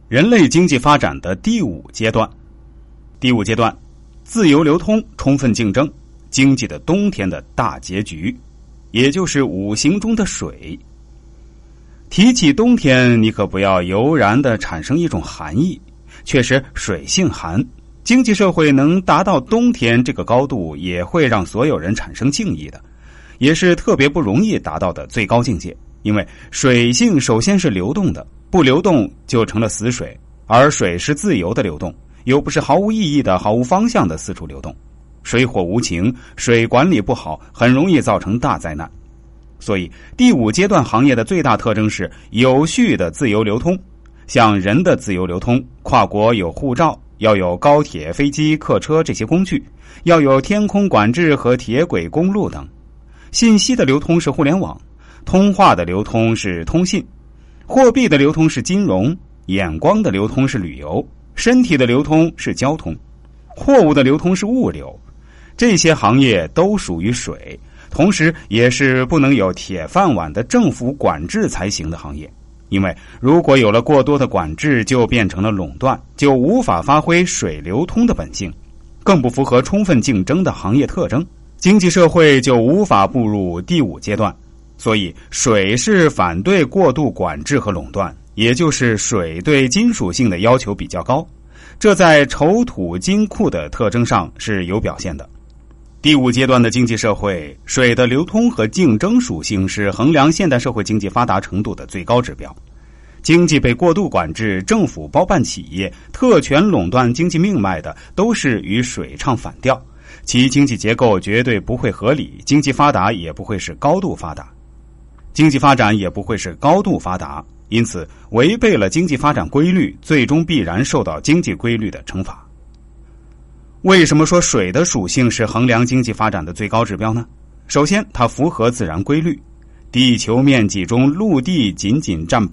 人类经济发展的第5阶段。第5阶段，自由流通，充分竞争，经济的冬天的大结局，也就是5行中的水。提起冬天，你可不要油然地产生一种寒意。确实，水性寒，经济社会能达到冬天这个高度，也会让所有人产生敬意的，也是特别不容易达到的最高境界。因为水性首先是流动的，不流动就成了死水，而水是自由的流动，又不是毫无意义的、毫无方向的四处流动。水火无情，水管理不好，很容易造成大灾难。所以第5阶段行业的最大特征是有序的自由流通。像人的自由流通，跨国有护照，要有高铁、飞机、客车这些工具，要有天空管制和铁轨、公路等。信息的流通是互联网，通话的流通是通信，货币的流通是金融，眼光的流通是旅游，身体的流通是交通，货物的流通是物流。这些行业都属于水，同时也是不能有铁饭碗的政府管制才行的行业。因为如果有了过多的管制，就变成了垄断，就无法发挥水流通的本性，更不符合充分竞争的行业特征，经济社会就无法步入第5阶段。所以水是反对过度管制和垄断，也就是水对金属性的要求比较高，这在筹土金库的特征上是有表现的。第5阶段的经济社会，水的流通和竞争属性是衡量现代社会经济发达程度的最高指标。经济被过度管制，政府包办企业，特权垄断经济命脉的，都是与水唱反调，其经济结构绝对不会合理，经济发达也不会是高度发达。经济发展也不会是高度发达，因此违背了经济发展规律，最终必然受到经济规律的惩罚。为什么说水的属性是衡量经济发展的最高指标呢？首先，它符合自然规律。地球面积中，陆地仅仅占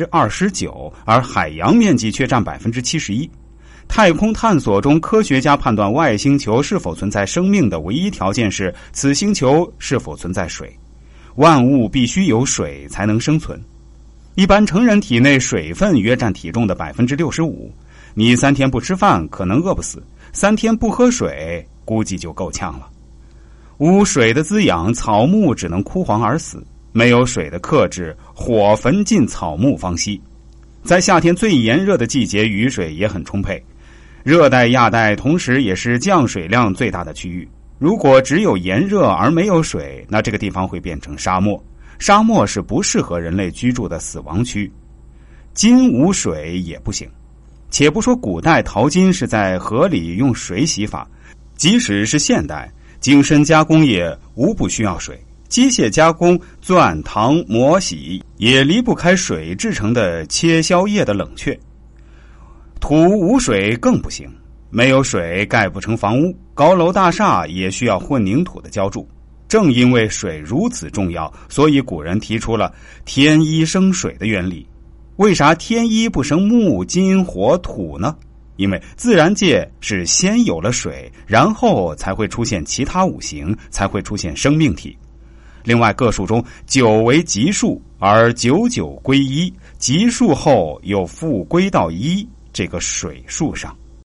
29%， 而海洋面积却占 71%。太空探索中，科学家判断外星球是否存在生命的唯一条件是此星球是否存在水。万物必须有水才能生存。一般成人体内水分约占体重的 65%， 你3天不吃饭可能饿不死，3天不喝水估计就够呛了。无水的滋养，草木只能枯黄而死；没有水的克制，火焚尽草木方息。在夏天最炎热的季节，雨水也很充沛。热带、亚带同时也是降水量最大的区域。如果只有炎热而没有水，那这个地方会变成沙漠。沙漠是不适合人类居住的死亡区。金无水也不行。且不说古代淘金是在河里用水洗法，即使是现代，精深加工业无不需要水。机械加工、钻、糖、磨、洗也离不开水制成的切削液的冷却。土无水更不行，没有水盖不成房屋，高楼大厦也需要混凝土的浇筑。正因为水如此重要，所以古人提出了天一生水的原理。为啥天一不生木、金、火、土呢？因为自然界是先有了水，然后才会出现其他5行，才会出现生命体。另外各数中9为极数，而9归一，极数后又复归到一这个水数上。